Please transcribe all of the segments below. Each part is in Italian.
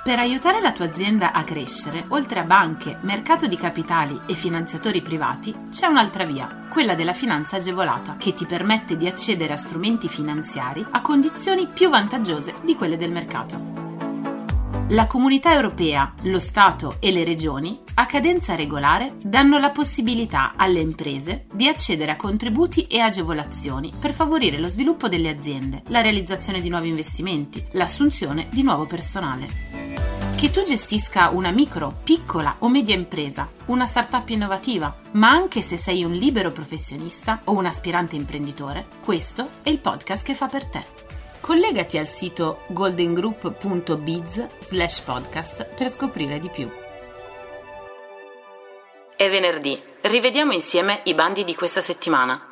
Per aiutare la tua azienda a crescere, oltre a banche, mercato di capitali e finanziatori privati, c'è un'altra via, quella della finanza agevolata, che ti permette di accedere a strumenti finanziari a condizioni più vantaggiose di quelle del mercato. La Comunità Europea, lo Stato e le Regioni, a cadenza regolare, danno la possibilità alle imprese di accedere a contributi e agevolazioni per favorire lo sviluppo delle aziende, la realizzazione di nuovi investimenti, l'assunzione di nuovo personale. Che tu gestisca una micro, piccola o media impresa, una startup innovativa, ma anche se sei un libero professionista o un aspirante imprenditore, questo è il podcast che fa per te. Collegati al sito goldengroup.biz/podcast per scoprire di più. È venerdì, rivediamo insieme i bandi di questa settimana.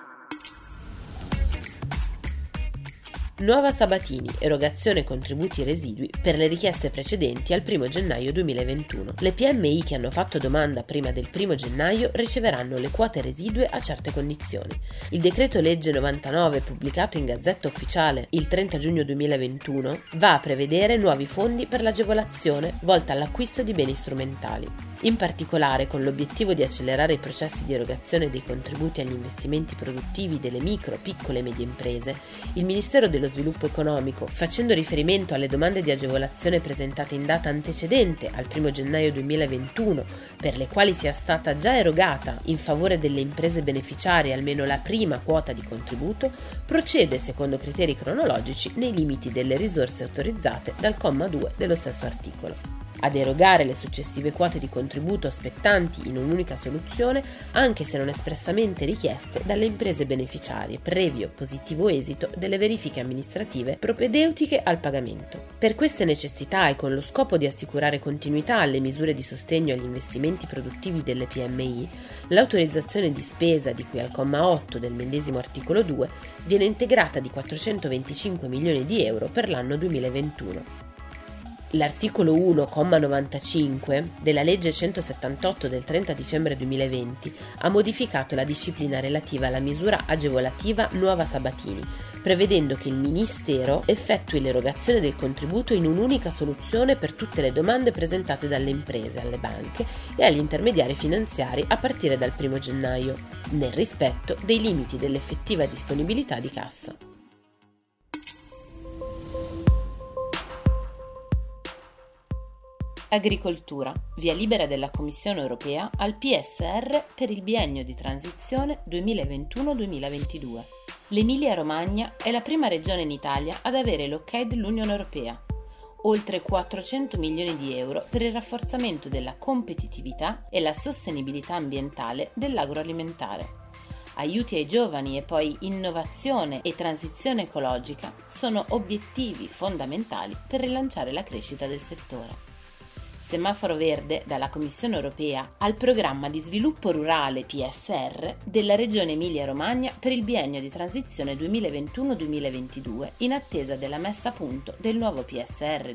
Nuova Sabatini, erogazione contributi residui per le richieste precedenti al 1 gennaio 2021. Le PMI che hanno fatto domanda prima del 1 gennaio riceveranno le quote residue a certe condizioni. Il decreto legge 99, pubblicato in Gazzetta Ufficiale il 30 giugno 2021, va a prevedere nuovi fondi per l'agevolazione volta all'acquisto di beni strumentali. In particolare, con l'obiettivo di accelerare i processi di erogazione dei contributi agli investimenti produttivi delle micro, piccole e medie imprese, il Ministero dello Sviluppo Economico, facendo riferimento alle domande di agevolazione presentate in data antecedente al 1 gennaio 2021, per le quali sia stata già erogata in favore delle imprese beneficiarie almeno la prima quota di contributo, procede secondo criteri cronologici nei limiti delle risorse autorizzate dal comma 2 dello stesso articolo. Ad erogare le successive quote di contributo spettanti in un'unica soluzione, anche se non espressamente richieste dalle imprese beneficiarie, previo positivo esito delle verifiche amministrative propedeutiche al pagamento. Per queste necessità e con lo scopo di assicurare continuità alle misure di sostegno agli investimenti produttivi delle PMI, l'autorizzazione di spesa di cui al comma 8 del medesimo articolo 2 viene integrata di 425 milioni di euro per l'anno 2021. L'articolo 1,95 della legge 178 del 30 dicembre 2020 ha modificato la disciplina relativa alla misura agevolativa Nuova Sabatini, prevedendo che il Ministero effettui l'erogazione del contributo in un'unica soluzione per tutte le domande presentate dalle imprese, alle banche e agli intermediari finanziari a partire dal 1 gennaio, nel rispetto dei limiti dell'effettiva disponibilità di cassa. Agricoltura, via libera della Commissione Europea al PSR per il biennio di transizione 2021-2022. L'Emilia-Romagna è la prima regione in Italia ad avere l'ok dell'Unione Europea. Oltre 400 milioni di euro per il rafforzamento della competitività e la sostenibilità ambientale dell'agroalimentare. Aiuti ai giovani e poi innovazione e transizione ecologica sono obiettivi fondamentali per rilanciare la crescita del settore. Semaforo verde dalla Commissione Europea al programma di sviluppo rurale PSR della Regione Emilia-Romagna per il biennio di transizione 2021-2022 in attesa della messa a punto del nuovo PSR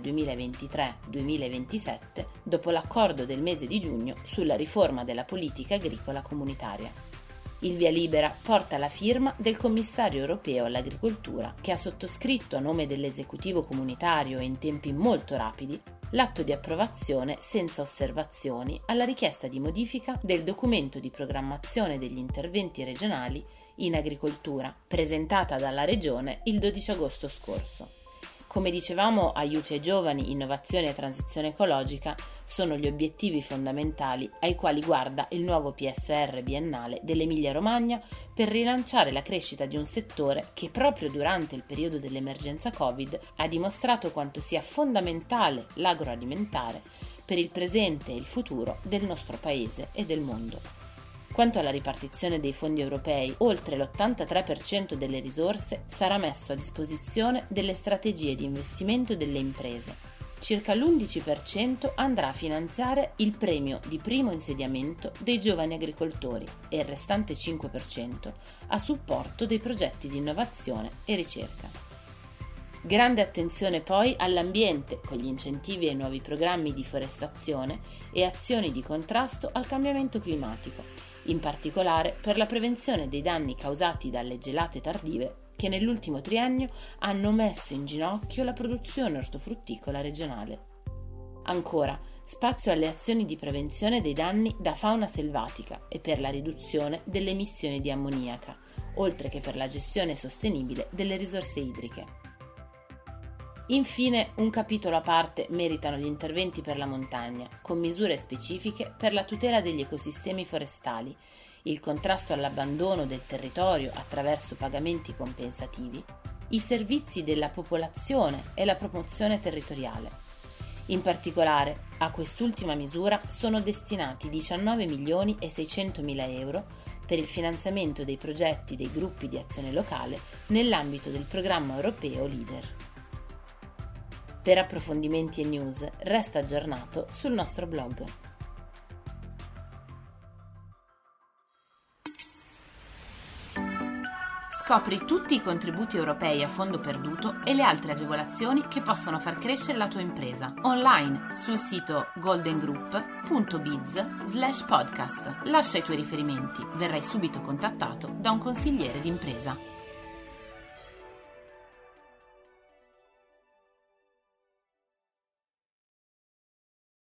2023-2027 dopo l'accordo del mese di giugno sulla riforma della politica agricola comunitaria. Il via libera porta la firma del commissario europeo all'agricoltura che ha sottoscritto a nome dell'esecutivo comunitario e in tempi molto rapidi l'atto di approvazione senza osservazioni alla richiesta di modifica del documento di programmazione degli interventi regionali in agricoltura presentata dalla Regione il 12 agosto scorso. Come dicevamo, aiuti ai giovani, innovazione e transizione ecologica sono gli obiettivi fondamentali ai quali guarda il nuovo PSR biennale dell'Emilia-Romagna per rilanciare la crescita di un settore che proprio durante il periodo dell'emergenza Covid ha dimostrato quanto sia fondamentale l'agroalimentare per il presente e il futuro del nostro paese e del mondo. Quanto alla ripartizione dei fondi europei, oltre l'83% delle risorse sarà messo a disposizione delle strategie di investimento delle imprese. Circa l'11% andrà a finanziare il premio di primo insediamento dei giovani agricoltori e il restante 5% a supporto dei progetti di innovazione e ricerca. Grande attenzione poi all'ambiente con gli incentivi ai nuovi programmi di forestazione e azioni di contrasto al cambiamento climatico, in particolare per la prevenzione dei danni causati dalle gelate tardive che nell'ultimo triennio hanno messo in ginocchio la produzione ortofrutticola regionale. Ancora, spazio alle azioni di prevenzione dei danni da fauna selvatica e per la riduzione delle emissioni di ammoniaca, oltre che per la gestione sostenibile delle risorse idriche. Infine, un capitolo a parte meritano gli interventi per la montagna, con misure specifiche per la tutela degli ecosistemi forestali, il contrasto all'abbandono del territorio attraverso pagamenti compensativi, i servizi della popolazione e la promozione territoriale. In particolare, a quest'ultima misura sono destinati 19.600.000 euro per il finanziamento dei progetti dei gruppi di azione locale nell'ambito del programma europeo LEADER. Per approfondimenti e news, resta aggiornato sul nostro blog. Scopri tutti i contributi europei a fondo perduto e le altre agevolazioni che possono far crescere la tua impresa online sul sito goldengroup.biz/podcast. Lascia i tuoi riferimenti, verrai subito contattato da un consigliere d'impresa.